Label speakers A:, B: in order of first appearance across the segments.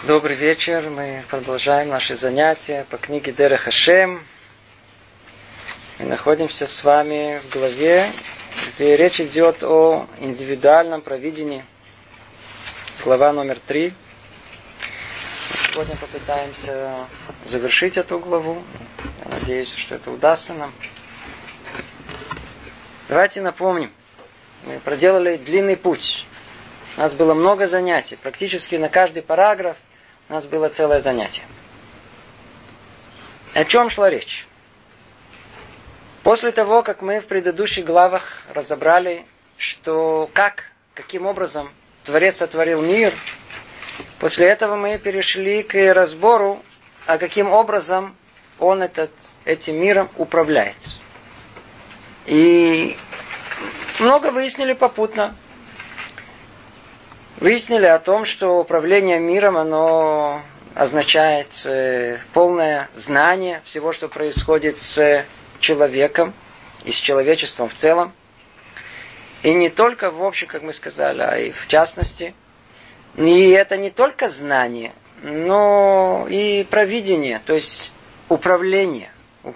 A: Добрый вечер. Мы продолжаем наши занятия по книге Дерех Ашем. Мы находимся с вами в главе, где речь идет о индивидуальном провидении. Глава номер 3. Мы сегодня попытаемся завершить эту главу. Я надеюсь, что это удастся нам. Давайте напомним. Мы проделали длинный путь. У нас было много занятий. Практически на каждый параграф у нас было целое занятие. О чем шла речь? После того, как мы в предыдущих главах разобрали, каким образом Творец сотворил мир, после этого мы перешли к разбору, а каким образом он этим миром управляет. И много выяснили попутно. Выяснили о том, что управление миром, оно означает полное знание всего, что происходит с человеком и с человечеством в целом. И не только в общем, как мы сказали, а и в частности. И это не только знание, но и провидение, то есть управление.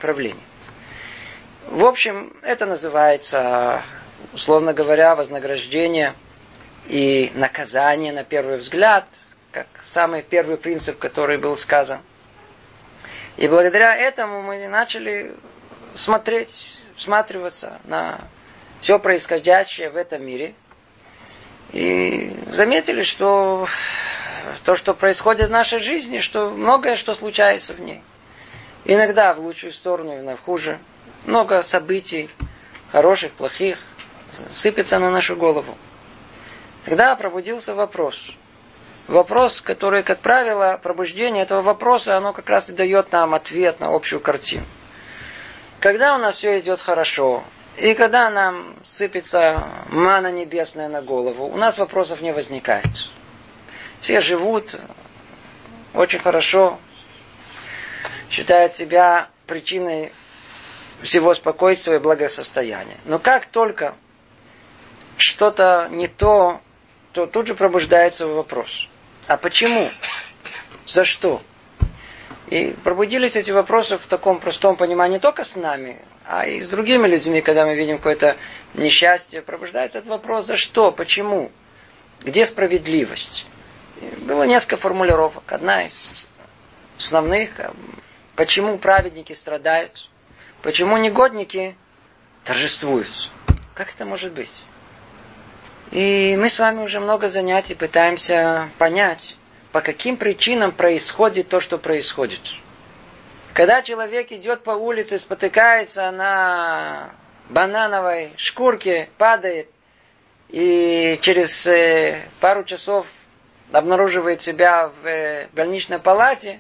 A: В общем, это называется, условно говоря, вознаграждение и наказание на первый взгляд, как самый первый принцип, который был сказан. И благодаря этому мы начали всматриваться на все происходящее в этом мире. И заметили, что то, что происходит в нашей жизни, что многое, что случается в ней. Иногда в лучшую сторону, иногда в хуже. Много событий, хороших, плохих, сыпется на нашу голову. Тогда пробудился вопрос. Вопрос, который, как правило, пробуждение этого вопроса, оно как раз и дает нам ответ на общую картину. Когда у нас все идет хорошо, и когда нам сыпется манна небесная на голову, у нас вопросов не возникает. Все живут очень хорошо, считают себя причиной всего спокойствия и благосостояния. Но как только что-то не то тут же пробуждается вопрос. А почему? За что? И пробудились эти вопросы в таком простом понимании не только с нами, а и с другими людьми, когда мы видим какое-то несчастье. Пробуждается этот вопрос: за что? Почему? Где справедливость? И было несколько формулировок. Одна из основных: почему праведники страдают? Почему негодники торжествуют? Как это может быть? И мы с вами уже много занятий пытаемся понять, по каким причинам происходит то, что происходит. Когда человек идет по улице, спотыкается на банановой шкурке, падает, и через пару часов обнаруживает себя в больничной палате,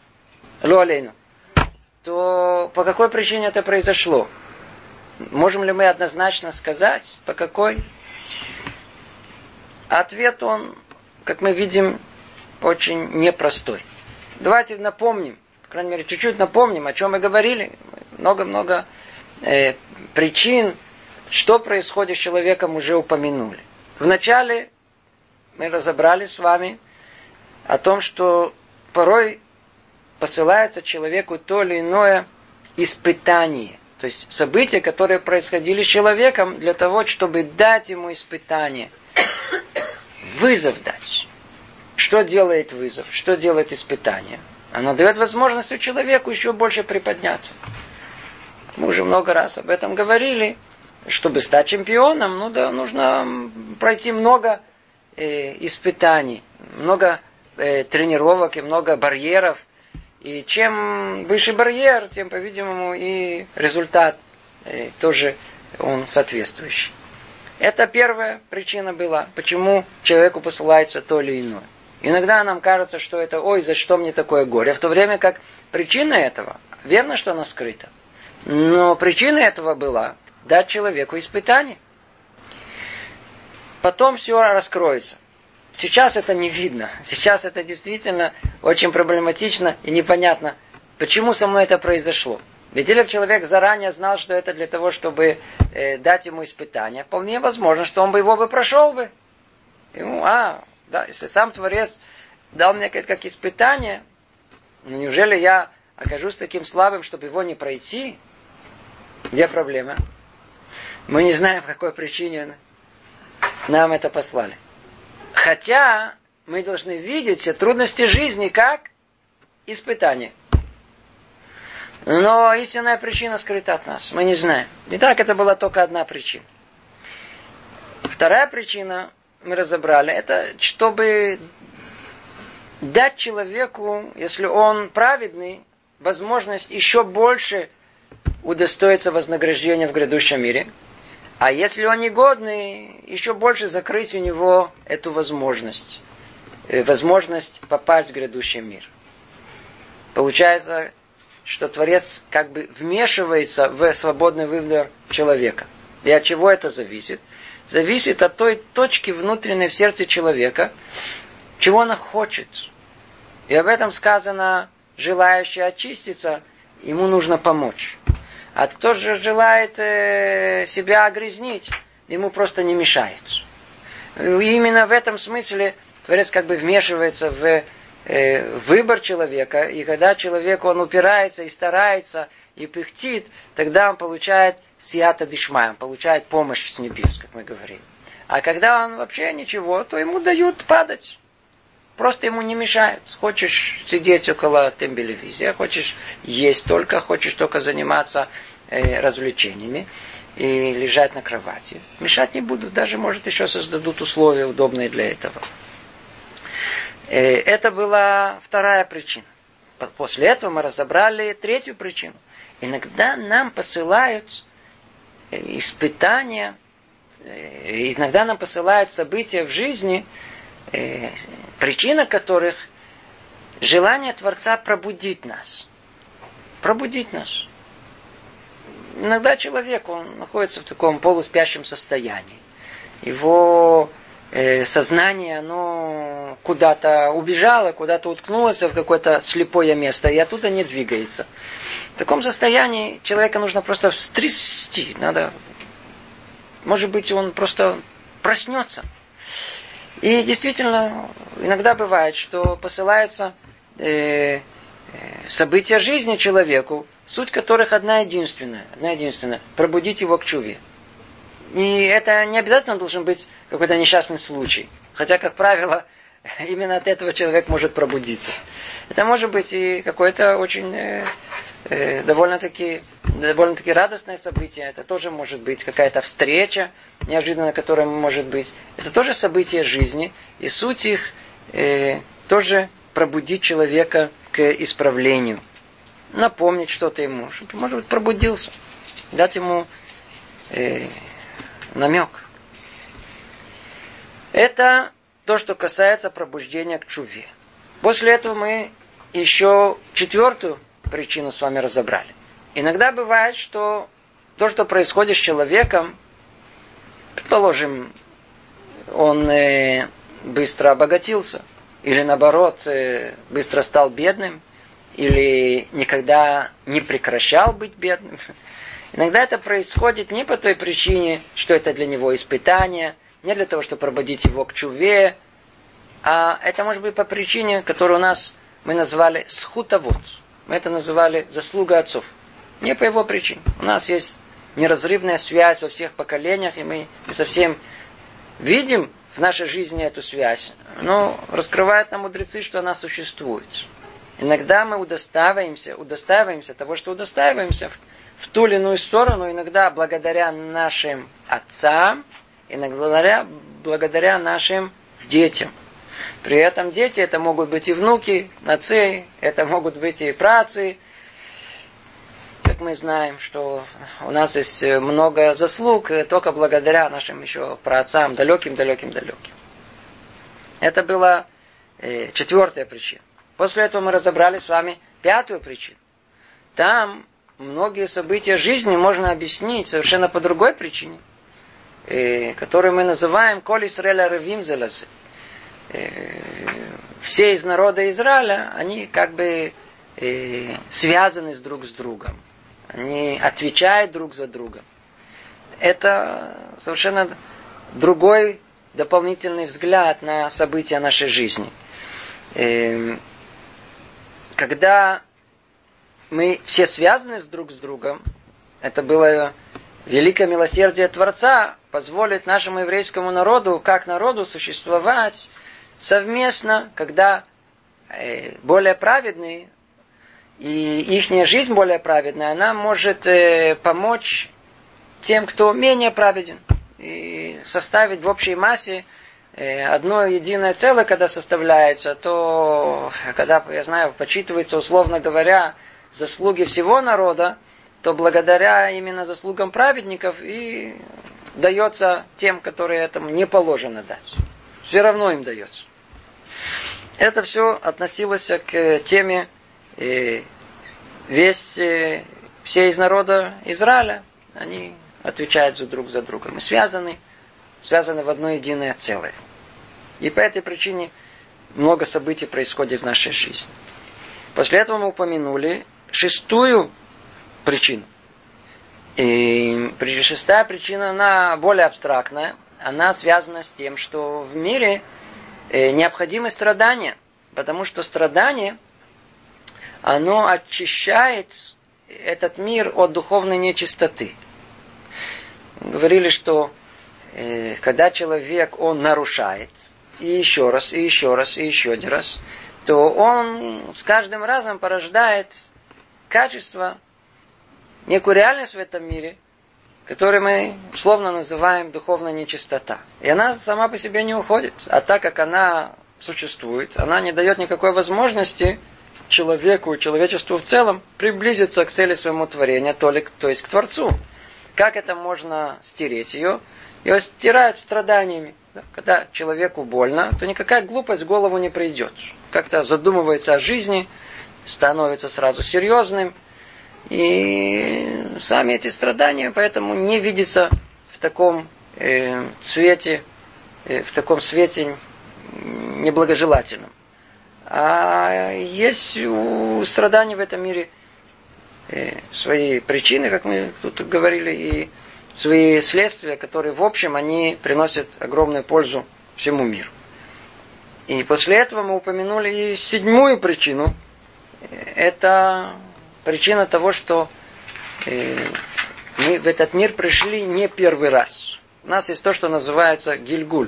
A: то по какой причине это произошло? Можем ли мы однозначно сказать, по какой? Ответ, он, как мы видим, очень непростой. Давайте напомним, по крайней мере, чуть-чуть напомним, о чем мы говорили. Много-много причин, что происходит с человеком, уже упомянули. Вначале мы разобрали с вами о том, что порой посылается человеку то или иное испытание. То есть события, которые происходили с человеком, для того, чтобы дать ему испытание. Вызов дать. Что делает вызов? Что делает испытание? Оно дает возможность человеку еще больше приподняться. Мы уже много раз об этом говорили. Чтобы стать чемпионом, нужно пройти много испытаний, много тренировок и много барьеров. И чем выше барьер, тем, по-видимому, и результат тоже он соответствующий. Это первая причина была, почему человеку посылается то или иное. Иногда нам кажется, что это, за что мне такое горе? В то время как причина этого, верно, что она скрыта. Но причина этого была дать человеку испытание. Потом все раскроется. Сейчас это не видно. Сейчас это действительно очень проблематично и непонятно, почему со мной это произошло. Ведь если бы человек заранее знал, что это для того, чтобы дать ему испытание, вполне возможно, что он бы его прошел бы. Ему, если сам Творец дал мне как испытание. Но неужели я окажусь таким слабым, чтобы его не пройти? Где проблема? Мы не знаем, по какой причине нам это послали. Хотя мы должны видеть все трудности жизни как испытание. Но истинная причина скрыта от нас. Мы не знаем. Итак, это была только одна причина. Вторая причина, мы разобрали, это чтобы дать человеку, если он праведный, возможность еще больше удостоиться вознаграждения в грядущем мире. А если он негодный, еще больше закрыть у него эту возможность. Возможность попасть в грядущий мир. Получается, что Творец как бы вмешивается в свободный выбор человека. И от чего это зависит? Зависит от той точки внутренней в сердце человека, чего он хочет. И об этом сказано, желающий очиститься, ему нужно помочь. А кто же желает себя огрязнить, ему просто не мешает. И именно в этом смысле Творец как бы вмешивается в выбор человека, и когда человек, он упирается и старается, и пыхтит, тогда он получает сията дишмай, он получает помощь с небес, как мы говорим. А когда он вообще ничего, то ему дают падать. Просто ему не мешают. Хочешь сидеть около телевизора, хочешь есть только, хочешь только заниматься развлечениями и лежать на кровати. Мешать не будут, даже, может, еще создадут условия удобные для этого. Это была вторая причина. После этого мы разобрали третью причину. Иногда нам посылают испытания, иногда нам посылают события в жизни, причина которых желание Творца пробудить нас. Пробудить нас. Иногда человек, он находится в таком полуспящем состоянии. Его сознание, оно куда-то убежало, куда-то уткнулось в какое-то слепое место, и оттуда не двигается. В таком состоянии человека нужно просто встрясти. Надо, может быть, он просто проснется. И действительно, иногда бывает, что посылаются события жизни человеку, суть которых одна единственная. Пробудить его к чуве. И это не обязательно должен быть какой-то несчастный случай. Хотя, как правило, именно от этого человек может пробудиться. Это может быть и какое-то очень довольно-таки радостное событие. Это тоже может быть какая-то встреча, неожиданно которая может быть. Это тоже событие жизни. И суть их тоже пробудить человека к исправлению. Напомнить что-то ему, чтобы, может быть, пробудился. Дать ему намек. Это то, что касается пробуждения к чуве. После этого мы еще четвертую причину с вами разобрали. Иногда бывает, что то, что происходит с человеком, предположим, он быстро обогатился, или наоборот, быстро стал бедным, или никогда не прекращал быть бедным. Иногда это происходит не по той причине, что это для него испытание, не для того, чтобы пробудить его к чуве, а это может быть по причине, которую у нас мы назвали схутовод. Мы это называли заслуга отцов. Не по его причине. У нас есть неразрывная связь во всех поколениях, и мы совсем видим в нашей жизни эту связь. Но раскрывают нам мудрецы, что она существует. Иногда мы удостаиваемся того, что удостаиваемся в ту или иную сторону, иногда благодаря нашим отцам, иногда благодаря нашим детям. При этом дети это могут быть и внуки, отцы, это могут быть и праотцы. Как мы знаем, что у нас есть много заслуг только благодаря нашим еще праотцам, далеким. Это была четвертая причина. После этого мы разобрали с вами пятую причину. Там многие события жизни можно объяснить совершенно по другой причине, которую мы называем «Коль Исраэля ревим зеласе». Все из народа Израиля, они как бы связаны друг с другом. Они отвечают друг за другом. Это совершенно другой дополнительный взгляд на события нашей жизни. когда мы все связаны друг с другом, это было великое милосердие Творца, позволит нашему еврейскому народу, как народу, существовать совместно, когда более праведные, и ихняя жизнь более праведная, она может помочь тем, кто менее праведен, и составить в общей массе одно единое целое, когда составляется, то, когда, я знаю, подсчитывается, условно говоря, заслуги всего народа, то благодаря именно заслугам праведников и дается тем, которые этому не положено дать. Все равно им дается. Это все относилось к теме все из народа Израиля. Они отвечают друг за друга. Мы связаны в одно единое целое. И по этой причине много событий происходит в нашей жизни. После этого мы упомянули шестую причину. И шестая причина, она более абстрактная. Она связана с тем, что в мире необходимы страдания. Потому что страдание, оно очищает этот мир от духовной нечистоты. Говорили, что когда человек, он нарушает, и еще раз, и еще раз, и еще один раз, то он с каждым разом порождает качество, некую реальность в этом мире, которую мы условно называем духовная нечистота. И она сама по себе не уходит. А так как она существует, она не дает никакой возможности человеку, человечеству в целом приблизиться к цели своему творения, то есть к Творцу. Как это можно стереть ее? Ее стирают страданиями. Когда человеку больно, то никакая глупость в голову не придет. Как-то задумывается о жизни, становится сразу серьезным. И сами эти страдания поэтому не видятся в таком цвете, в таком свете неблагожелательном. А есть у страданий в этом мире свои причины, как мы тут говорили, и свои следствия, которые в общем они приносят огромную пользу всему миру. И после этого мы упомянули и седьмую причину. Это причина того, что мы в этот мир пришли не первый раз. У нас есть то, что называется гильгуль.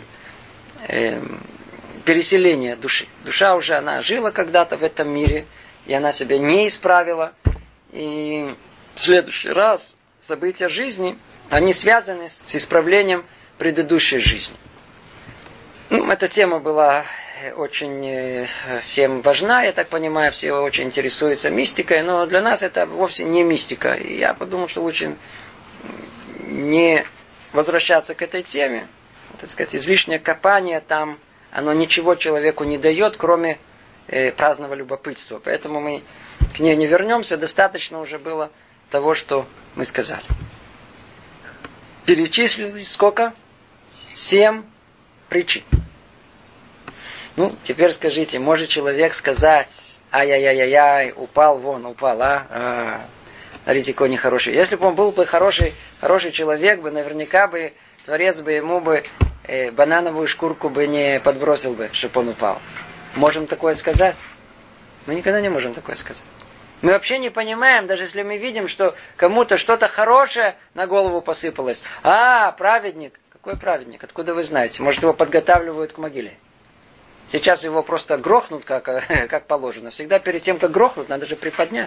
A: Переселение души. Душа уже, она жила когда-то в этом мире, и она себя не исправила. И в следующий раз события жизни, они связаны с исправлением предыдущей жизни. Эта тема была очень всем важна, я так понимаю, все очень интересуются мистикой, но для нас это вовсе не мистика. И я подумал, что лучше не возвращаться к этой теме. Так сказать, излишнее копание там, оно ничего человеку не дает, кроме праздного любопытства. Поэтому мы к ней не вернемся. Достаточно уже было того, что мы сказали. Перечислили сколько? 7 причин. Теперь скажите, может человек сказать, ай-яй-яй-яй, упал, смотрите, какой нехороший. Если бы он был бы хороший человек, бы наверняка бы Творец бы ему бы банановую шкурку бы не подбросил бы, чтобы он упал. Можем такое сказать? Мы никогда не можем такое сказать. Мы вообще не понимаем, даже если мы видим, что кому-то что-то хорошее на голову посыпалось. Праведник. Какой праведник? Откуда вы знаете? Может, его подготавливают к могиле? Сейчас его просто грохнут, как положено. Всегда перед тем, как грохнут, надо же приподнять.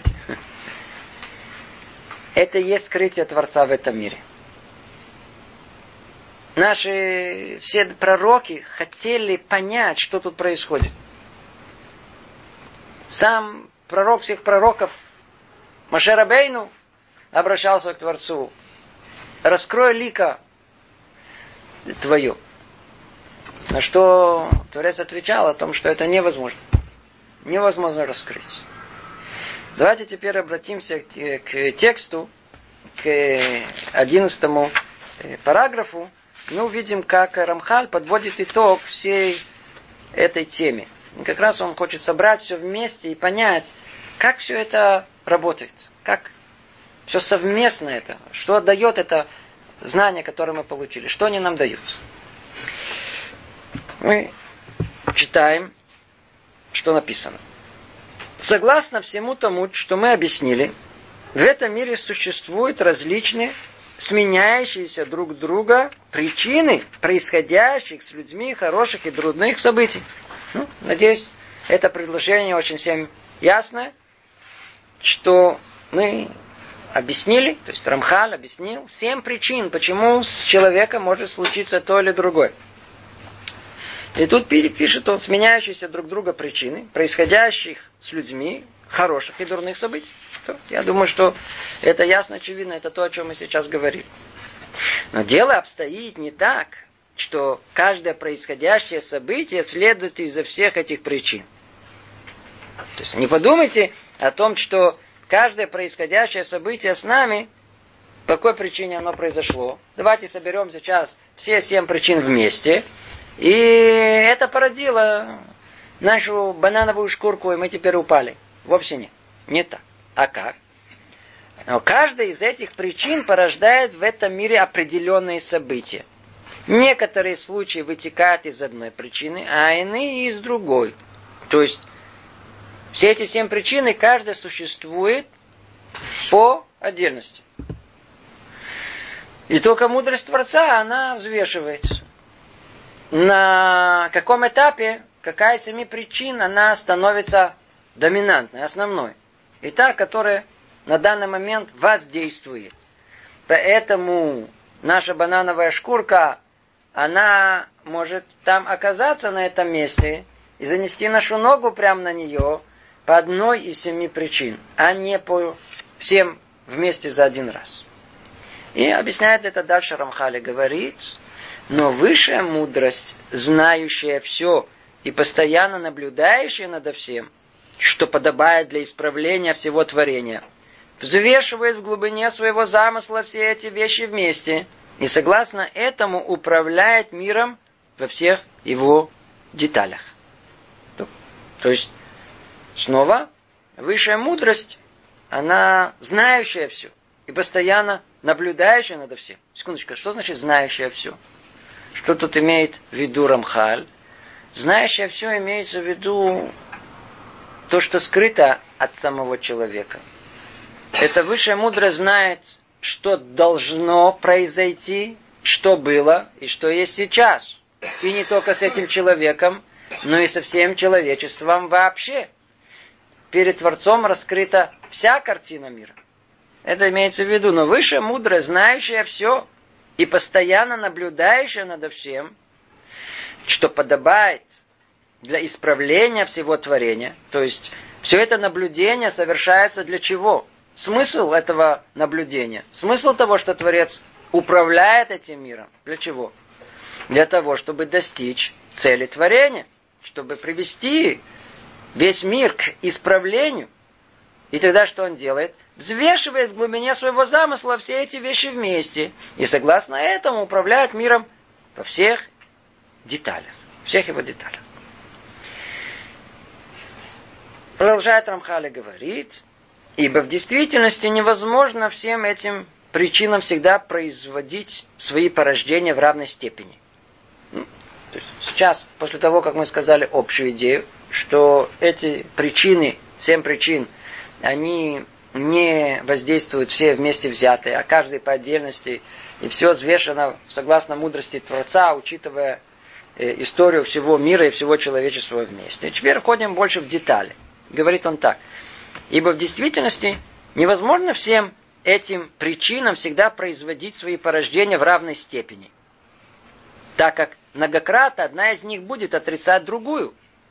A: Это и есть скрытие Творца в этом мире. Наши все пророки хотели понять, что тут происходит. Сам пророк всех пророков Моше Рабейну обращался к Творцу. Раскрой лика твое. На что Творец отвечал о том, что это невозможно. Невозможно раскрыть. Давайте теперь обратимся к тексту, к 11 параграфу. Мы увидим, как Рамхаль подводит итог всей этой теме. И как раз он хочет собрать все вместе и понять, как все это работает, как все совместно это, что дает это знание, которое мы получили, что они нам дают. Мы читаем что написано. Согласно всему тому, что мы объяснили, в этом мире существуют различные сменяющиеся друг друга причины происходящих с людьми хороших и трудных событий. Надеюсь, это предложение очень всем ясно, что мы объяснили, то есть Рамхаль объяснил 7 причин, почему с человеком может случиться то или другое. И тут пишет он сменяющиеся друг друга причины, происходящих с людьми хороших и дурных событий. Я думаю, что это ясно, очевидно, это то, о чем мы сейчас говорим. Но дело обстоит не так, что каждое происходящее событие следует из-за всех этих причин. То есть не подумайте о том, что каждое происходящее событие с нами, по какой причине оно произошло. Давайте соберем сейчас все 7 причин вместе. И это породило нашу банановую шкурку, и мы теперь упали. Вовсе нет. Не так. А как? Но каждая из этих причин порождает в этом мире определенные события. Некоторые случаи вытекают из одной причины, а иные из другой. То есть все эти 7 причин, и каждая существует по отдельности. И только мудрость Творца, она взвешивается. На каком этапе, какая из 7 причин, она становится доминантной, основной. И та, которая на данный момент воздействует. Поэтому наша банановая шкурка, она может там оказаться на этом месте и занести нашу ногу прямо на нее по одной из 7 причин, а не по всем вместе за один раз. И объясняет это дальше Рамхаль, говорит: но высшая мудрость, знающая все и постоянно наблюдающая над всем, что подобает для исправления всего творения, взвешивает в глубине своего замысла все эти вещи вместе и согласно этому управляет миром во всех его деталях. То есть, снова, высшая мудрость, она знающая все и постоянно наблюдающая над всем. Секундочку, что значит знающая все? Что тут имеет в виду Рамхаль? Знающая все имеется в виду то, что скрыто от самого человека. Эта высшая мудрость знает, что должно произойти, что было и что есть сейчас. И не только с этим человеком, но и со всем человечеством вообще. Перед Творцом раскрыта вся картина мира. Это имеется в виду. Но высшая мудрость, знающая все и постоянно наблюдающая над всем, что подобает для исправления всего творения. То есть, все это наблюдение совершается для чего? Смысл этого наблюдения, смысл того, что Творец управляет этим миром. Для чего? Для того, чтобы достичь цели творения, чтобы привести весь мир к исправлению. И тогда что он делает? Взвешивает в глубине своего замысла все эти вещи вместе. И согласно этому управляет миром во всех деталях. Всех его деталях. Продолжает Рамхаль, говорит: ибо в действительности невозможно всем этим причинам всегда производить свои порождения в равной степени. То есть сейчас, после того, как мы сказали общую идею, что эти причины, 7 причин, они не воздействуют все вместе взятые, а каждый по отдельности, и все взвешено согласно мудрости Творца, учитывая историю всего мира и всего человечества вместе. Теперь входим больше в детали. Говорит он так: ибо в действительности невозможно всем этим причинам всегда производить свои порождения в равной степени, так как многократно одна из них будет отрицать другую.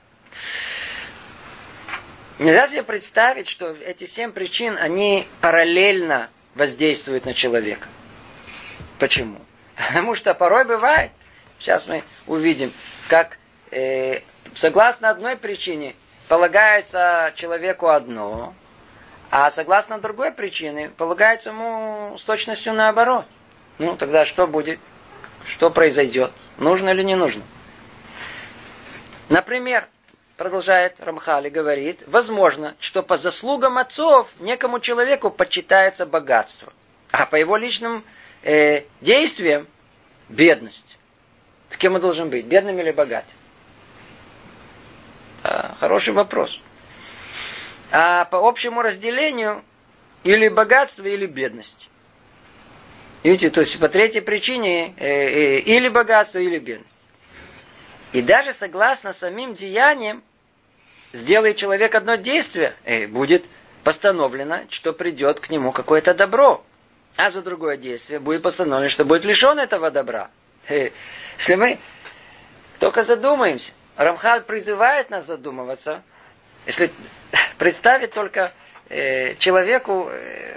A: Нельзя себе представить, что эти 7 причин, они параллельно воздействуют на человека. Почему? Потому что порой бывает, сейчас мы увидим, как согласно одной причине полагается человеку одно, а согласно другой причине полагается ему с точностью наоборот. Тогда что будет? Что произойдет? Нужно или не нужно? Например, продолжает Рамхаль, говорит: возможно, что по заслугам отцов некому человеку почитается богатство, а по его личным действиям бедность. С кем он должен быть? Бедным или богатым? Это хороший вопрос. А по общему разделению или богатство, или бедность. Видите, то есть по третьей причине или богатство, или бедность. И даже согласно самим деяниям, сделает человек одно действие, будет постановлено, что придет к нему какое-то добро. А за другое действие будет постановлено, что будет лишен этого добра. Если мы только задумаемся, Рамхаль призывает нас задумываться, если представить только человеку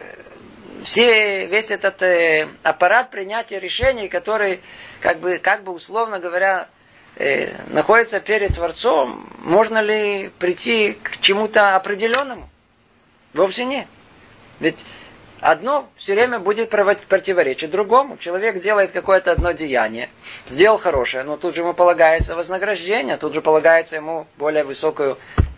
A: весь этот аппарат принятия решений, который, как бы условно говоря, находится перед Творцом, можно ли прийти к чему-то определенному? Вовсе нет. Ведь одно все время будет противоречить другому. Человек делает какое-то одно деяние, сделал хорошее, но тут же ему полагается вознаграждение, тут же полагается ему более высокое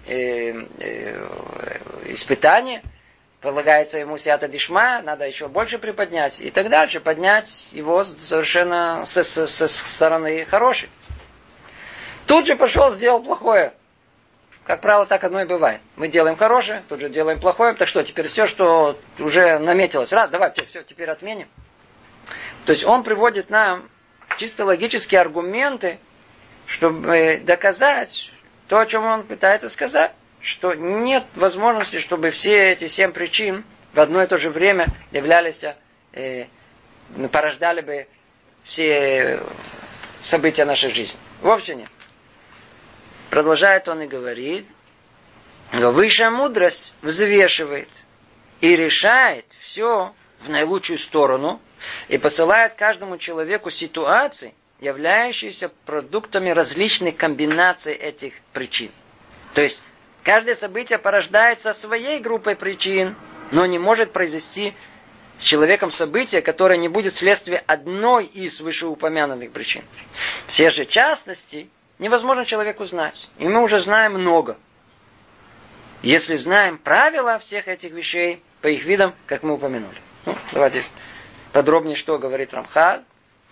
A: испытание, полагается ему сията дишма, надо еще больше приподнять и так дальше, поднять его совершенно со стороны хорошей. Тут же пошел, сделал плохое. Как правило, так одно и бывает. Мы делаем хорошее, тут же делаем плохое. Так что, теперь все, что уже наметилось, давай, все, теперь отменим. То есть он приводит нам чисто логические аргументы, чтобы доказать то, о чем он пытается сказать. Что нет возможности, чтобы все эти 7 причин в одно и то же время являлись, порождали бы все события нашей жизни. Вовсе нет. Продолжает он и говорит, высшая мудрость взвешивает и решает все в наилучшую сторону и посылает каждому человеку ситуации, являющиеся продуктами различных комбинаций этих причин. То есть, каждое событие порождается своей группой причин, но не может произойти с человеком событие, которое не будет следствием одной из вышеупомянутых причин. Все же частности невозможно человеку знать. И мы уже знаем много. Если знаем правила всех этих вещей по их видам, как мы упомянули. Давайте подробнее, что говорит Рамхаль.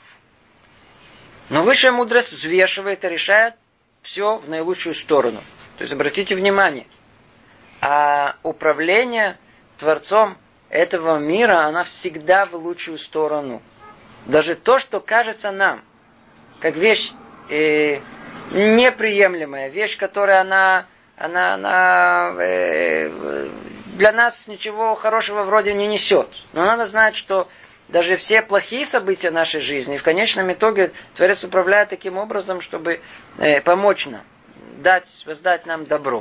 A: Но высшая мудрость взвешивает и решает все в наилучшую сторону. То есть, обратите внимание, а управление Творцом этого мира, оно всегда в лучшую сторону. Даже то, что кажется нам, как вещь неприемлемая, вещь, которая она для нас ничего хорошего вроде не несет. Но надо знать, что даже все плохие события нашей жизни, в конечном итоге Творец управляет таким образом, чтобы помочь нам, воздать нам добро.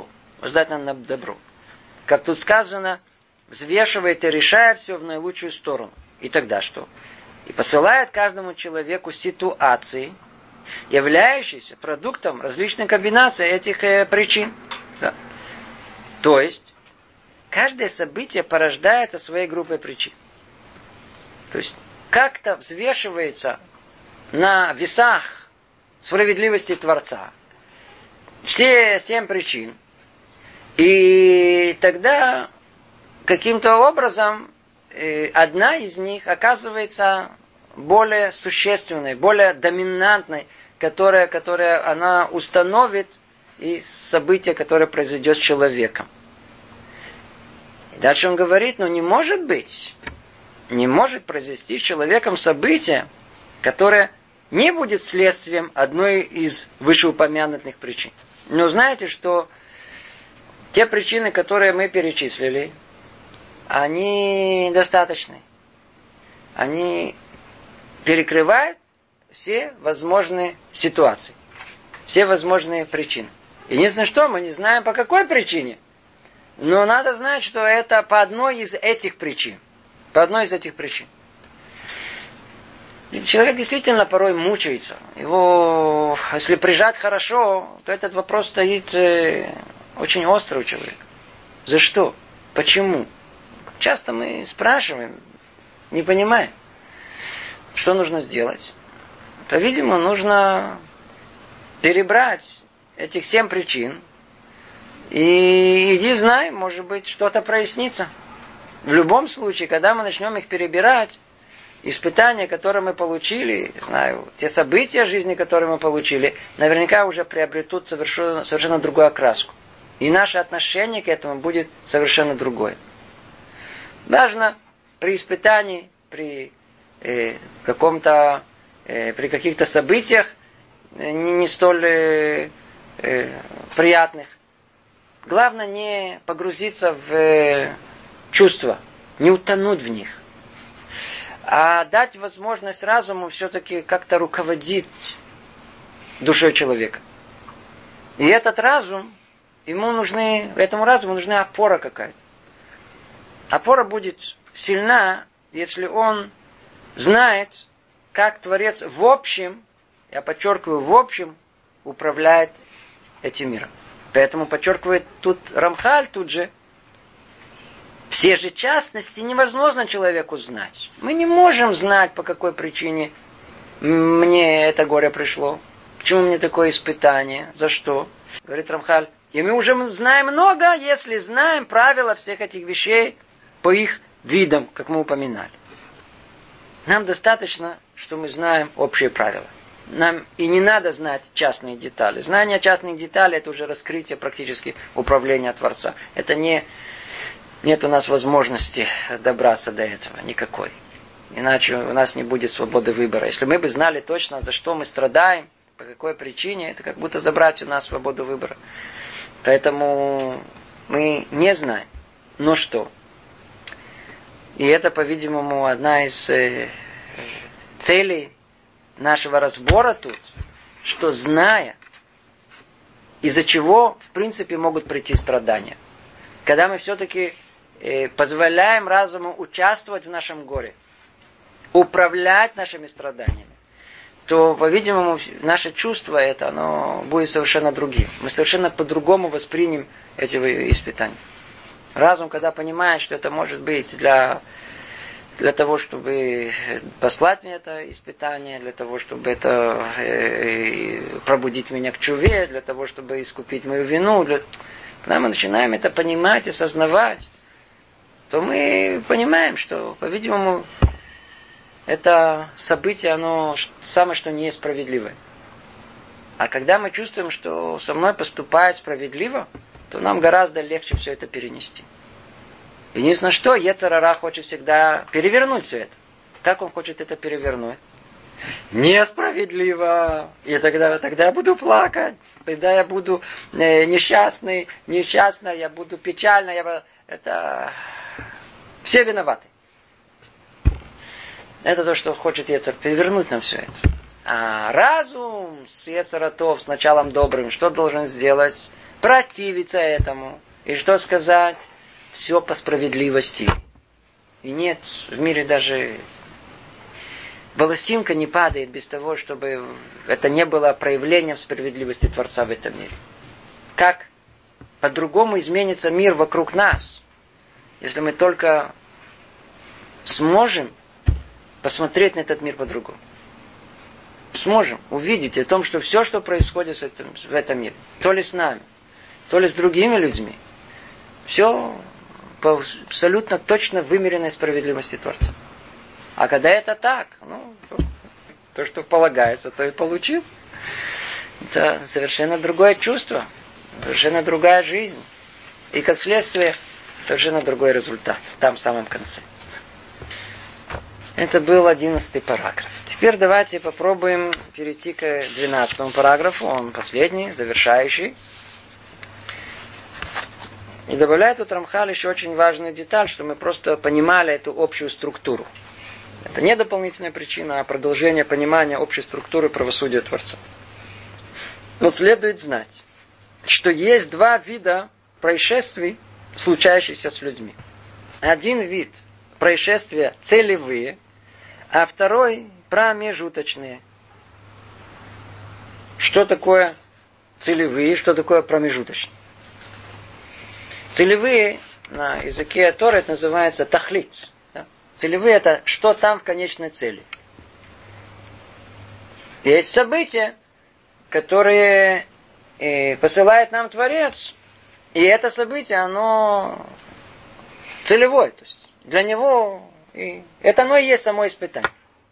A: Как тут сказано, взвешивает и решает все в наилучшую сторону. И тогда что? И посылает каждому человеку ситуации, являющиеся продуктом различных комбинаций этих причин. Да. То есть, каждое событие порождается своей группой причин. То есть, как-то взвешивается на весах справедливости Творца все 7 причин. И тогда каким-то образом одна из них оказывается более существенной, более доминантной, которая она установит и событие, которое произойдет с человеком. И дальше он говорит, не может быть, не может произойти с человеком событие, которое не будет следствием одной из вышеупомянутых причин. Но знаете, что те причины, которые мы перечислили, они достаточны. Они перекрывают все возможные ситуации, все возможные причины. Единственное, что мы не знаем, по какой причине. Но надо знать, что это по одной из этих причин. По одной из этих причин. Ведь человек действительно порой мучается. Его, если прижать хорошо, то этот вопрос стоит очень остро у человека. За что? Почему? Часто мы спрашиваем, не понимаем, что нужно сделать. По-видимому, нужно перебрать этих 7 причин. И иди знай, может быть, что-то прояснится. В любом случае, когда мы начнем их перебирать, испытания, которые мы получили, знаю, те события жизни, которые мы получили, наверняка уже приобретут совершенно другую окраску. И наше отношение к этому будет совершенно другое. Важно при испытании, при каких-то событиях не столь приятных. Главное не погрузиться в чувства, не утонуть в них, а дать возможность разуму все-таки как-то руководить душой человека. И этот разум, этому разуму нужна опора какая-то. Опора будет сильна, если он знает, как Творец в общем, я подчеркиваю, в общем, управляет этим миром. Поэтому подчеркивает тут Рамхаль тут же, все же частности невозможно человеку знать. Мы не можем знать, по какой причине мне это горе пришло. Почему мне такое испытание? За что? Говорит Рамхаль. И мы уже знаем много, если знаем правила всех этих вещей по их видам, как мы упоминали. Нам достаточно, что мы знаем общие правила. Нам и не надо знать частные детали. Знание частных деталей – это уже раскрытие практически управления Творца. Это нет у нас возможности добраться до этого никакой. Иначе у нас не будет свободы выбора. Если мы бы знали точно, за что мы страдаем, по какой причине, это как будто забрать у нас свободу выбора. Поэтому мы не знаем. Но что? И это, по-видимому, одна из целей нашего разбора тут, что зная, из-за чего, в принципе, могут прийти страдания. Когда мы все-таки позволяем разуму участвовать в нашем горе, управлять нашими страданиями, то, по-видимому, наше чувство оно будет совершенно другим. Мы совершенно по-другому воспримем эти испытания. Разум, когда понимает, что это может быть для того, чтобы послать мне это испытание, для того, чтобы это пробудить меня к чуве, для того, чтобы искупить мою вину, когда мы начинаем это понимать, осознавать, то мы понимаем, что, по-видимому, это событие, оно самое, что не есть справедливое. А когда мы чувствуем, что со мной поступает справедливо, то нам гораздо легче все это перенести. Единственное, что йецер ара хочет всегда перевернуть все это. Как он хочет это перевернуть? Несправедливо. И тогда я буду плакать. Тогда я буду несчастная, я буду печальна. Это все виноваты. Это то, что хочет йецер перевернуть нам все это. А разум с йецер атов, с началом добрым, что должен сделать? Противиться этому. И что сказать? Все по справедливости. И нет в мире даже волосинка не падает без того, чтобы это не было проявлением справедливости Творца в этом мире. Как по-другому изменится мир вокруг нас, если мы только сможем посмотреть на этот мир по-другому. Сможем увидеть о том, что все, что происходит в этом мире, то ли с нами, то ли с другими людьми, все по абсолютно точно вымеренной справедливости Творца. А когда это так, то, что полагается, то и получил. Это совершенно другое чувство, совершенно другая жизнь. И как следствие, совершенно другой результат, там в самом конце. Это был 11 параграф. Теперь давайте попробуем перейти к 12 параграфу. Он последний, завершающий. И добавляет тут Рамхаль еще очень важную деталь, что мы просто понимали эту общую структуру. Это не дополнительная причина, а продолжение понимания общей структуры правосудия Творца. Но следует знать, что есть два вида происшествий, случающихся с людьми. Один вид происшествия целевые, а второй промежуточные. Что такое целевые, что такое промежуточные? Целевые на языке Торы это называется тахлит. Целевые это что там в конечной цели. Есть события, которые посылает нам Творец, и это событие, оно целевое. То есть для него И это оно и есть само испытание.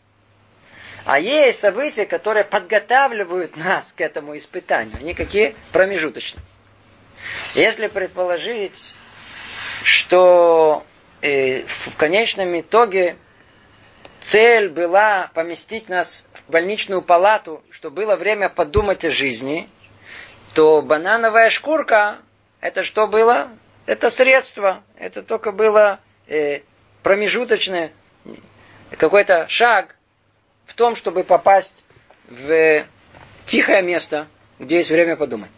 A: А есть события, которые подготавливают нас к этому испытанию. Они какие? Промежуточные. Если предположить, что в конечном итоге цель была поместить нас в больничную палату, чтобы было время подумать о жизни, то банановая шкурка, это что было? Это средство. Это только было промежуточный какой-то шаг в том, чтобы попасть в тихое место, где есть время подумать.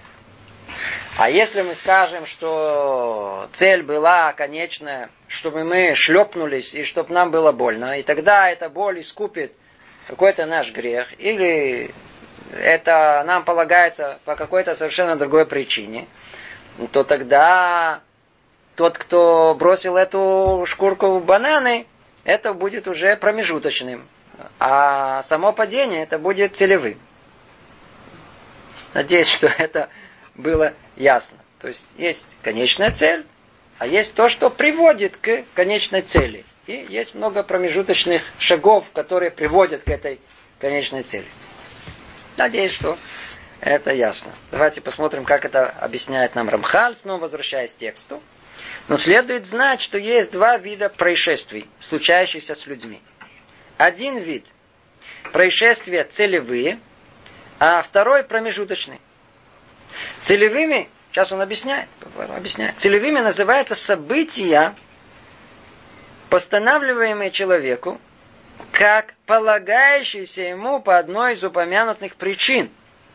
A: А если мы скажем, что цель была конечная, чтобы мы шлепнулись и чтобы нам было больно, и тогда эта боль искупит какой-то наш грех, или это нам полагается по какой-то совершенно другой причине, то тогда тот, кто бросил эту шкурку в бананы, это будет уже промежуточным. А само падение это будет целевым. Надеюсь, что это было ясно. То есть есть конечная цель, а есть то, что приводит к конечной цели. И есть много промежуточных шагов, которые приводят к этой конечной цели. Надеюсь, что это ясно. Давайте посмотрим, как это объясняет нам Рамхаль, снова возвращаясь к тексту. Но следует знать, что есть два вида происшествий, случающихся с людьми. Один вид происшествия целевые, а второй промежуточный. Целевыми, сейчас он объясняет, целевыми называются события, постанавливаемые человеку, как полагающиеся ему по одной из упомянутых причин.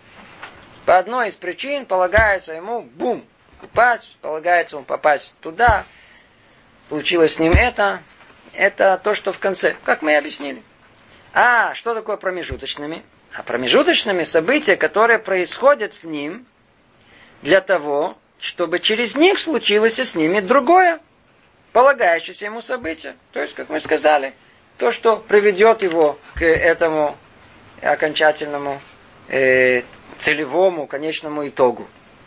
A: По одной из причин полагается ему, бум, упасть, полагается ему попасть туда, случилось с ним это то, что в конце, как мы и объяснили. А что такое промежуточными? А промежуточными события, которые происходят с ним для того, чтобы через них случилось и с ними другое, полагающееся ему событие. То есть, как мы сказали, то, что приведет его к этому окончательному целевому, конечному итогу.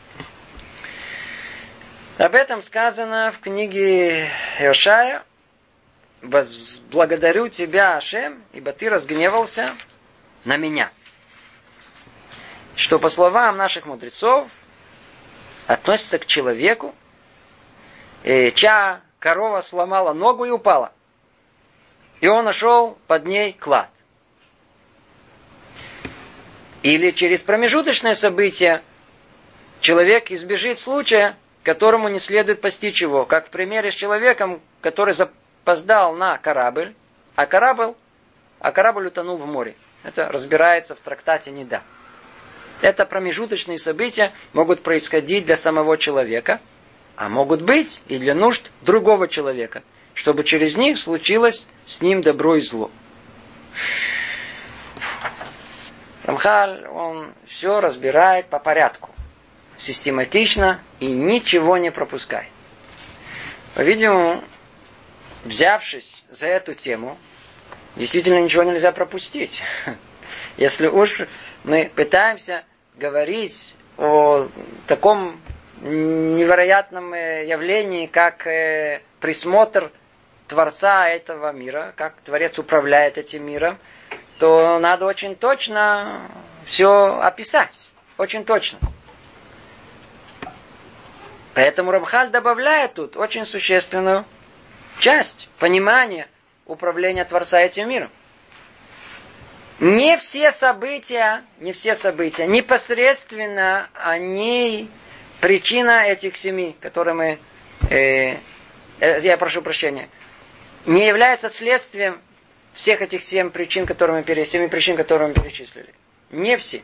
A: Об этом сказано в книге Иошая. «Благодарю тебя, Ашем, ибо ты разгневался на меня». Что, по словам наших мудрецов, относится к человеку, чья корова сломала ногу и упала. И он нашел под ней клад. Или через промежуточное событие человек избежит случая, которому не следует постичь его. Как в примере с человеком, который запоздал на корабль, а корабль утонул в море. Это разбирается в трактате Нида. Это промежуточные события могут происходить для самого человека, а могут быть и для нужд другого человека, чтобы через них случилось с ним добро и зло. Рамхаль, он все разбирает по порядку, систематично и ничего не пропускает. По-видимому, взявшись за эту тему, действительно ничего нельзя пропустить. Если уж мы пытаемся говорить о таком невероятном явлении, как присмотр Творца этого мира, как Творец управляет этим миром, то надо очень точно все описать. Очень точно. Поэтому Рамхаль добавляет тут очень существенную часть понимания управления Творца этим миром. Не все события непосредственно они причина этих семи, которые мы, я прошу прощения, не являются следствием всех этих семи причин, которые мы перечислили. Не все.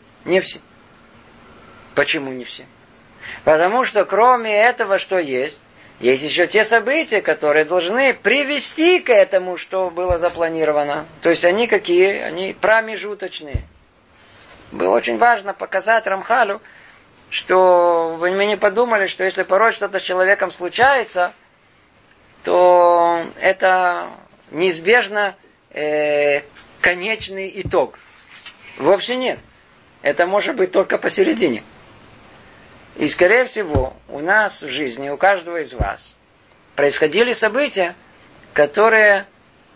A: Почему не все? Потому что кроме этого, что есть еще те события, которые должны привести к этому, что было запланировано. То есть они какие? Они промежуточные. Было очень важно показать Рамхалю, что мы не подумали, что если порой что-то с человеком случается, то это неизбежно конечный итог. Вовсе нет. Это может быть только посередине. И, скорее всего, у нас в жизни, у каждого из вас, происходили события, которые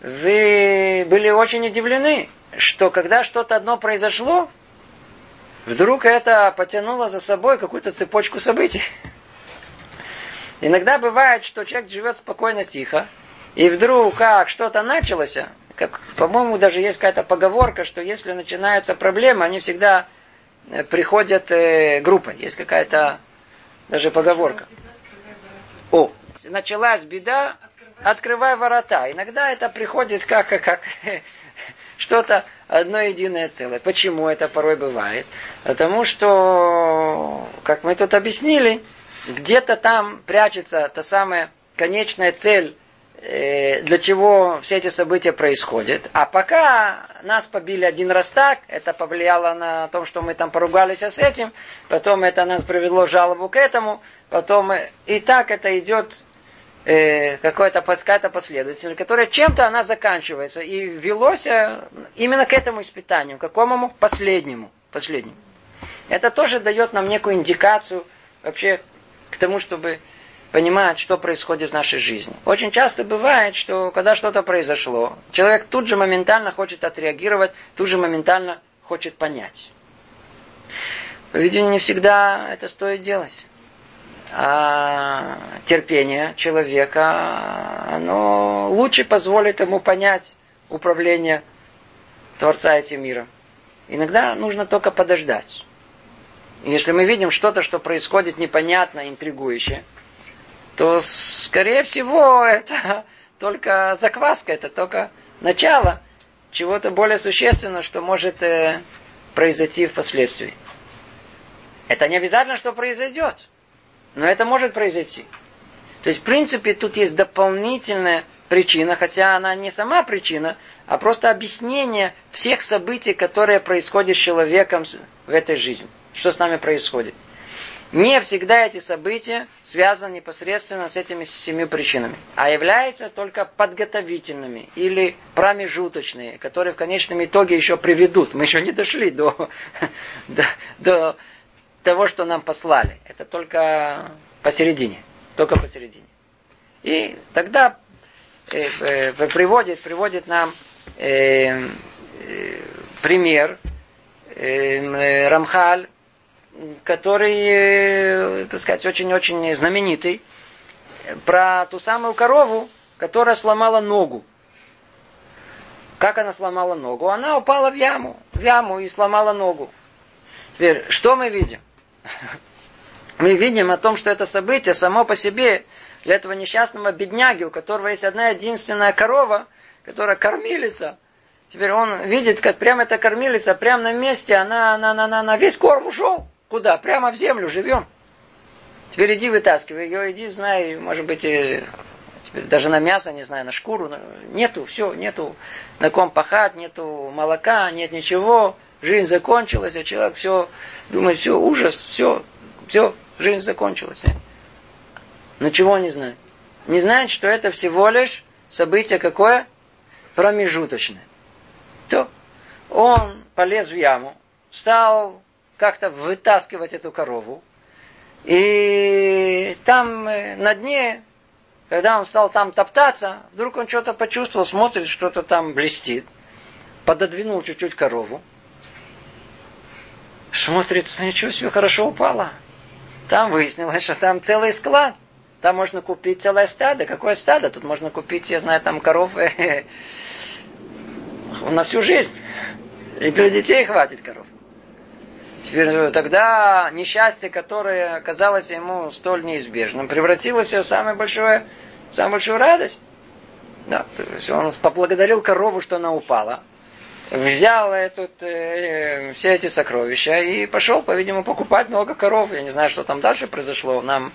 A: вы были очень удивлены, что когда что-то одно произошло, вдруг это потянуло за собой какую-то цепочку событий. Иногда бывает, что человек живет спокойно, тихо, и вдруг как что-то началось, как, по-моему, даже есть какая-то поговорка, что если начинаются проблемы, они всегда приходят группой. Есть какая-то даже поговорка. Началась беда, открывай ворота. Иногда это приходит как что-то одно единое целое. Почему это порой бывает? Потому что, как мы тут объяснили, где-то там прячется та самая конечная цель, для чего все эти события происходят. А пока нас побили один раз так, это повлияло на то, что мы там поругались с этим, потом это нас привело жалобу к этому, потом и так это идет какая-то последовательность, которая чем-то она заканчивается. И велось именно к этому испытанию, к какому? Последнему. Это тоже дает нам некую индикацию вообще к тому, чтобы понимать, что происходит в нашей жизни. Очень часто бывает, что когда что-то произошло, человек тут же моментально хочет отреагировать, тут же моментально хочет понять. По-видимому, не всегда это стоит делать. А терпение человека, оно лучше позволит ему понять управление Творца этим миром. Иногда нужно только подождать. Если мы видим что-то, что происходит непонятно, интригующе, то, скорее всего, это только закваска, это только начало чего-то более существенного, что может произойти впоследствии. Это не обязательно, что произойдет, но это может произойти. То есть, в принципе, тут есть дополнительная причина, хотя она не сама причина, а просто объяснение всех событий, которые происходят с человеком в этой жизни. Что с нами происходит. Не всегда эти события связаны непосредственно с этими 7 причинами, а являются только подготовительными или промежуточные, которые в конечном итоге еще приведут. Мы еще не дошли до того, что нам послали. Это только посередине. И тогда приводит нам пример Рамхаль, который, так сказать, очень-очень знаменитый, про ту самую корову, которая сломала ногу. Как она сломала ногу? Она упала в яму и сломала ногу. Теперь, что мы видим? Мы видим о том, что это событие само по себе для этого несчастного бедняги, у которого есть одна единственная корова, которая кормилица. Теперь он видит, как прямо эта кормилица, прямо на месте, она весь корм ушел. Куда? Прямо в землю живем. Теперь иди вытаскивай ее, иди, знай, может быть, теперь даже на мясо, не знаю, на шкуру. Нету на ком пахать, нету молока, нет ничего. Жизнь закончилась, а человек все думает, все, ужас, все, жизнь закончилась. Но чего не знает? Не знает, что это всего лишь событие какое? Промежуточное. То он полез в яму, стал как-то вытаскивать эту корову. И там на дне, когда он стал там топтаться, вдруг он что-то почувствовал, смотрит, что-то там блестит. Пододвинул чуть-чуть корову. Смотрит, ничего себе, хорошо упала. Там выяснилось, что там целый склад. Там можно купить целое стадо. Какое стадо? Тут можно купить, я знаю, там коров на всю жизнь. И для детей хватит коров. Теперь тогда несчастье, которое казалось ему столь неизбежным, превратилось в самую большую радость. Да, то есть он поблагодарил корову, что она упала. Взял все эти сокровища и пошел, по-видимому, покупать много коров. Я не знаю, что там дальше произошло. Нам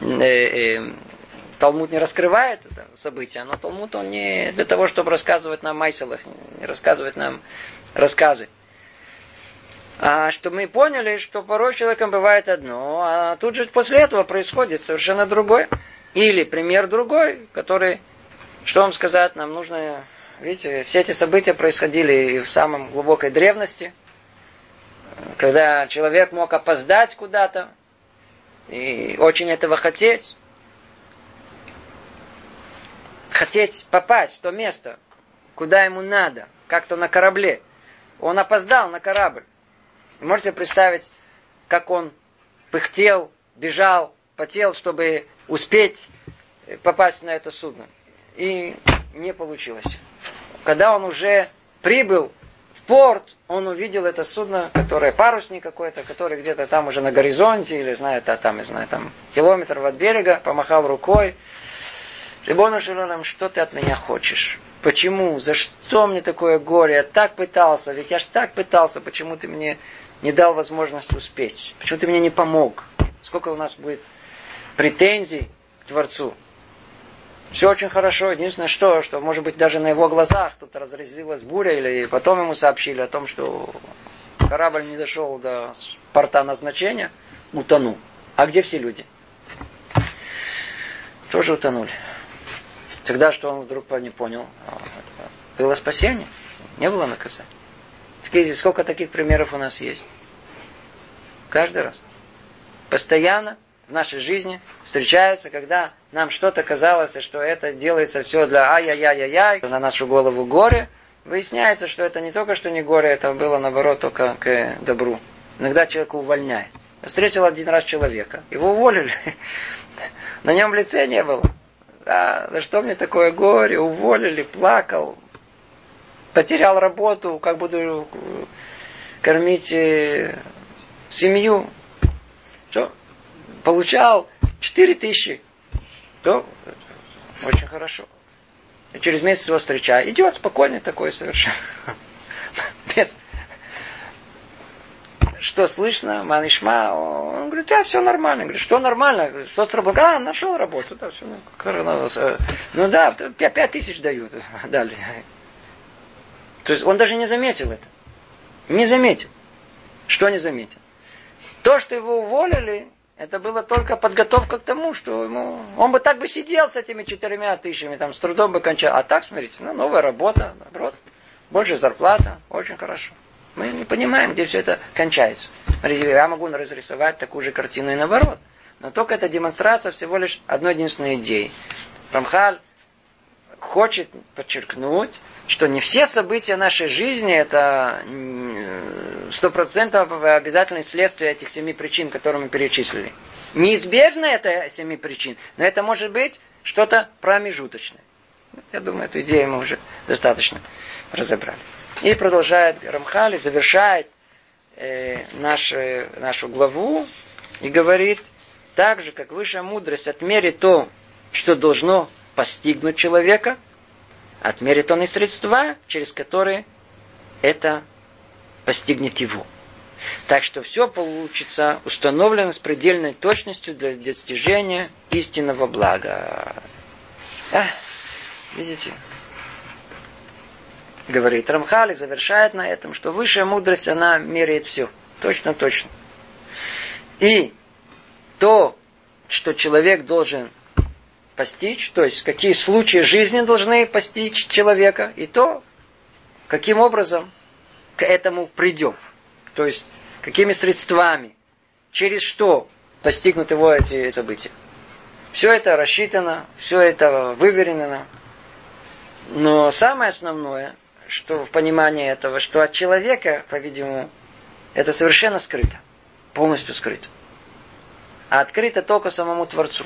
A: Талмуд не раскрывает это событие, но Талмуд он не для того, чтобы рассказывать нам майселах, не рассказывать нам рассказы. А что мы поняли, что порой человеком бывает одно, а тут же после этого происходит совершенно другое. Или пример другой, который, что вам сказать, нам нужно... Видите, все эти события происходили в самом глубокой древности, когда человек мог опоздать куда-то и очень этого хотеть попасть в то место, куда ему надо, как-то на корабле. Он опоздал на корабль. Вы можете представить, как он пыхтел, бежал, потел, чтобы успеть попасть на это судно. И не получилось. Когда он уже прибыл в порт, он увидел это судно, которое парусник какой-то, который где-то там уже на горизонте, или знает, там километр от берега, помахал рукой. Рибону шель олам, что ты от меня хочешь? Почему? За что мне такое горе? Я так пытался, ведь я ж так пытался, почему ты мне не дал возможность успеть? Почему ты мне не помог? Сколько у нас будет претензий к Творцу? Все очень хорошо. Единственное, что может быть даже на его глазах тут разразилась буря, или потом ему сообщили о том, что корабль не дошел до порта назначения, утонул. А где все люди? Тоже утонули. Тогда что он вдруг не понял? Было спасение, не было наказания. Сколько таких примеров у нас есть? Каждый раз. Постоянно в нашей жизни встречается, когда нам что-то казалось, что это делается все для ай-яй-яй-яй, на нашу голову горе. Выясняется, что это не только что не горе, это было наоборот только к добру. Иногда человека увольняет. Я встретил один раз человека, его уволили. На нем лице не было. За что мне такое горе? Уволили, плакал. Потерял работу, как буду кормить семью. Что? Получал 4000. То очень хорошо. И через месяц его встречаю. Идет спокойный такой совершенно. Без... Что слышно? Манишма. Он говорит, все нормально. Говорит, что нормально? Что с работой? Нашел работу. Да, все. Ну да, 5000 дают. Дали. То есть он даже не заметил это. Не заметил. Что не заметил? То, что его уволили, это была только подготовка к тому, что он бы так бы сидел с этими 4000, с трудом бы кончал. А так, смотрите, новая работа, наоборот, больше зарплата, очень хорошо. Мы не понимаем, где все это кончается. Смотрите, я могу разрисовать такую же картину и наоборот. Но только это демонстрация всего лишь одной единственной идеи. Рамхаль хочет подчеркнуть, что не все события нашей жизни это 100% обязательное следствие этих 7 причин, которые мы перечислили. Неизбежно это 7 причин, но это может быть что-то промежуточное. Я думаю, эту идею мы уже достаточно разобрали. И продолжает Рамхаль, завершает нашу главу и говорит, так же, как высшая мудрость отмерит то, что должно постигнуть человека, отмерит он и средства, через которые это постигнет его. Так что все получится установлено с предельной точностью для достижения истинного блага. Видите? Говорит Рамхаль и завершает на этом, что высшая мудрость, она меряет все. Точно. И то, что человек должен постичь, то есть какие случаи жизни должны постичь человека, и то, каким образом к этому придем. То есть, какими средствами, через что постигнут его эти события. Все это рассчитано, все это выверено. Но самое основное, что в понимании этого, что от человека, по-видимому, это совершенно скрыто. Полностью скрыто. А открыто только самому Творцу.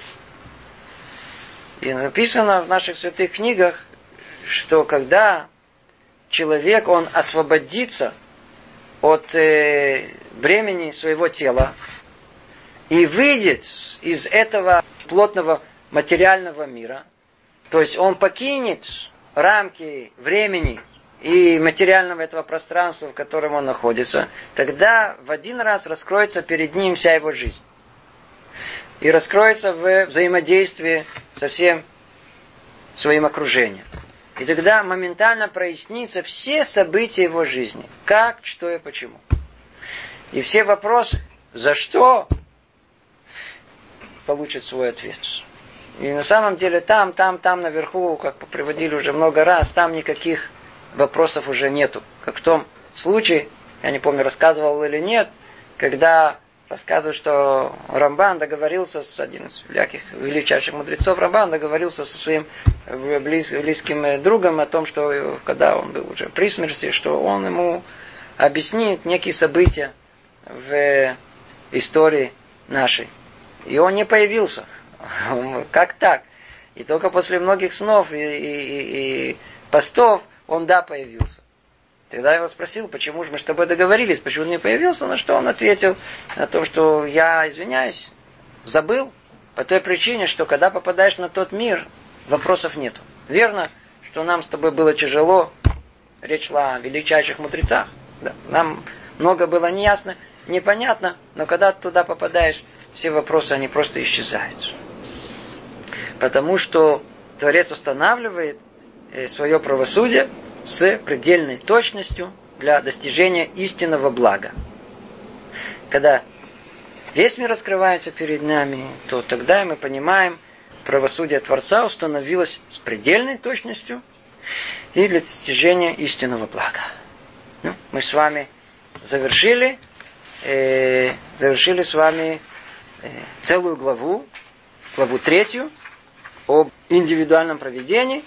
A: И написано в наших святых книгах, что когда человек, он освободится от бремени своего тела и выйдет из этого плотного материального мира, то есть он покинет рамки времени и материального этого пространства, в котором он находится, тогда в один раз раскроется перед ним вся его жизнь. И раскроется в взаимодействии со всем своим окружением. И тогда моментально прояснится все события его жизни. Как, что и почему. И все вопросы, за что, получат свой ответ. И на самом деле там наверху, как приводили уже много раз, там никаких вопросов уже нету. Как в том случае, я не помню, рассказывал или нет, когда рассказывают, что Рамбан договорился с одним из величайших мудрецов, Рамбан договорился со своим близким другом о том, что когда он был уже при смерти, что он ему объяснит некие события в истории нашей. И он не появился. Как так? И только после многих снов и постов он появился. Тогда я его спросил, почему же мы с тобой договорились, почему он не появился, на что он ответил, на то, что я, извиняюсь, забыл, по той причине, что когда попадаешь на тот мир, вопросов нету. Верно, что нам с тобой было тяжело, речь шла о величайших мудрецах, да, нам много было неясно, непонятно, но когда ты туда попадаешь, все вопросы, они просто исчезают. Потому что Творец устанавливает свое правосудие с предельной точностью для достижения истинного блага. Когда весь мир раскрывается перед нами, то тогда мы понимаем, правосудие Творца установилось с предельной точностью и для достижения истинного блага. Мы с вами завершили с вами целую главу 3 об индивидуальном провидении.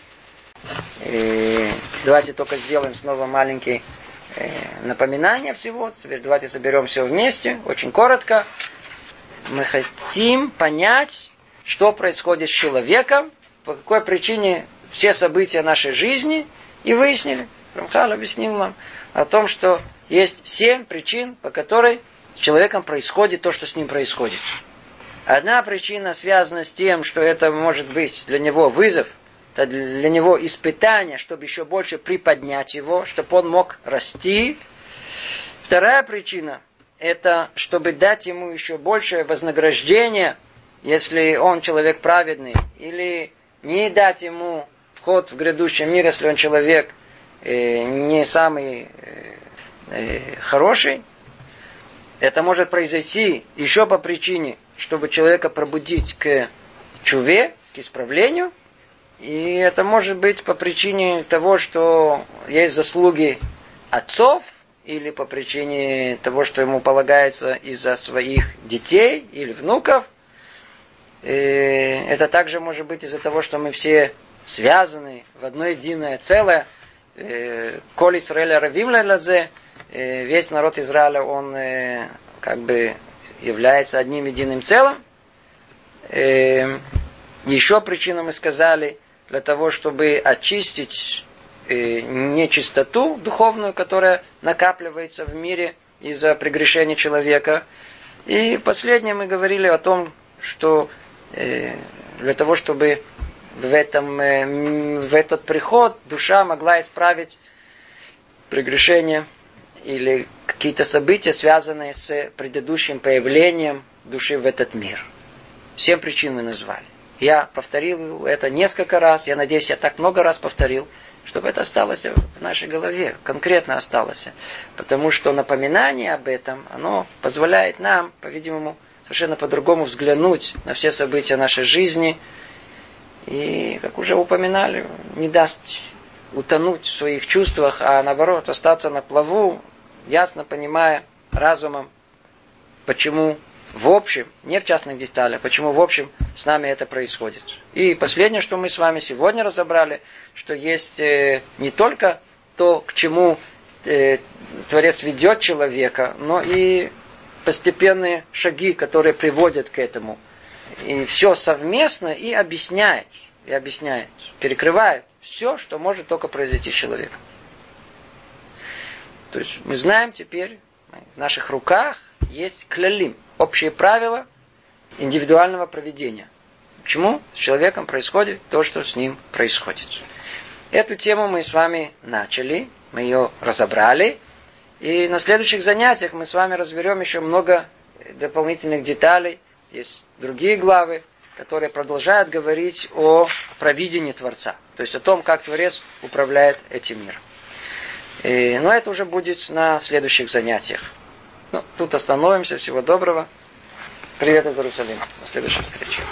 A: Давайте только сделаем снова маленькие напоминания всего. Теперь давайте соберем все вместе, очень коротко. Мы хотим понять, что происходит с человеком, по какой причине все события нашей жизни, и выяснили. Рамхаль объяснил нам о том, что есть 7 причин, по которой с человеком происходит то, что с ним происходит. Одна причина связана с тем, что это может быть для него вызов, это для него испытание, чтобы еще больше приподнять его, чтобы он мог расти. Вторая причина – это чтобы дать ему еще большее вознаграждение, если он человек праведный, или не дать ему вход в грядущий мир, если он человек не самый хороший. Это может произойти еще по причине, чтобы человека пробудить к чуве, к исправлению. И это может быть по причине того, что есть заслуги отцов, или по причине того, что ему полагается из-за своих детей или внуков. И это также может быть из-за того, что мы все связаны в одно единое целое. Коль Исраэль равим лазе, весь народ Израиля, он как бы является одним единым целым. Еще причину мы сказали, для того, чтобы очистить нечистоту духовную, которая накапливается в мире из-за прегрешения человека. И последнее мы говорили о том, что для того, чтобы в этот приход душа могла исправить прегрешение или какие-то события, связанные с предыдущим появлением души в этот мир. 7 причин мы назвали. Я повторил это несколько раз, я надеюсь, я так много раз повторил, чтобы это осталось в нашей голове, конкретно осталось. Потому что напоминание об этом, оно позволяет нам, по-видимому, совершенно по-другому взглянуть на все события нашей жизни. И, как уже упоминали, не даст утонуть в своих чувствах, а наоборот, остаться на плаву, ясно понимая разумом, почему в общем, не в частных деталях, почему в общем с нами это происходит. И последнее, что мы с вами сегодня разобрали, что есть не только то, к чему Творец ведет человека, но и постепенные шаги, которые приводят к этому. И все совместно и объясняет, перекрывает все, что может только произойти с человеком. То есть мы знаем теперь, в наших руках есть клялим, общие правила индивидуального поведения. Почему с человеком происходит то, что с ним происходит. Эту тему мы с вами начали, мы ее разобрали. И на следующих занятиях мы с вами разберем еще много дополнительных деталей. Есть другие главы, которые продолжают говорить о провидении Творца. То есть о том, как Творец управляет этим миром. Но это уже будет на следующих занятиях. Тут остановимся. Всего доброго. Привет из Иерусалима. До следующей встречи.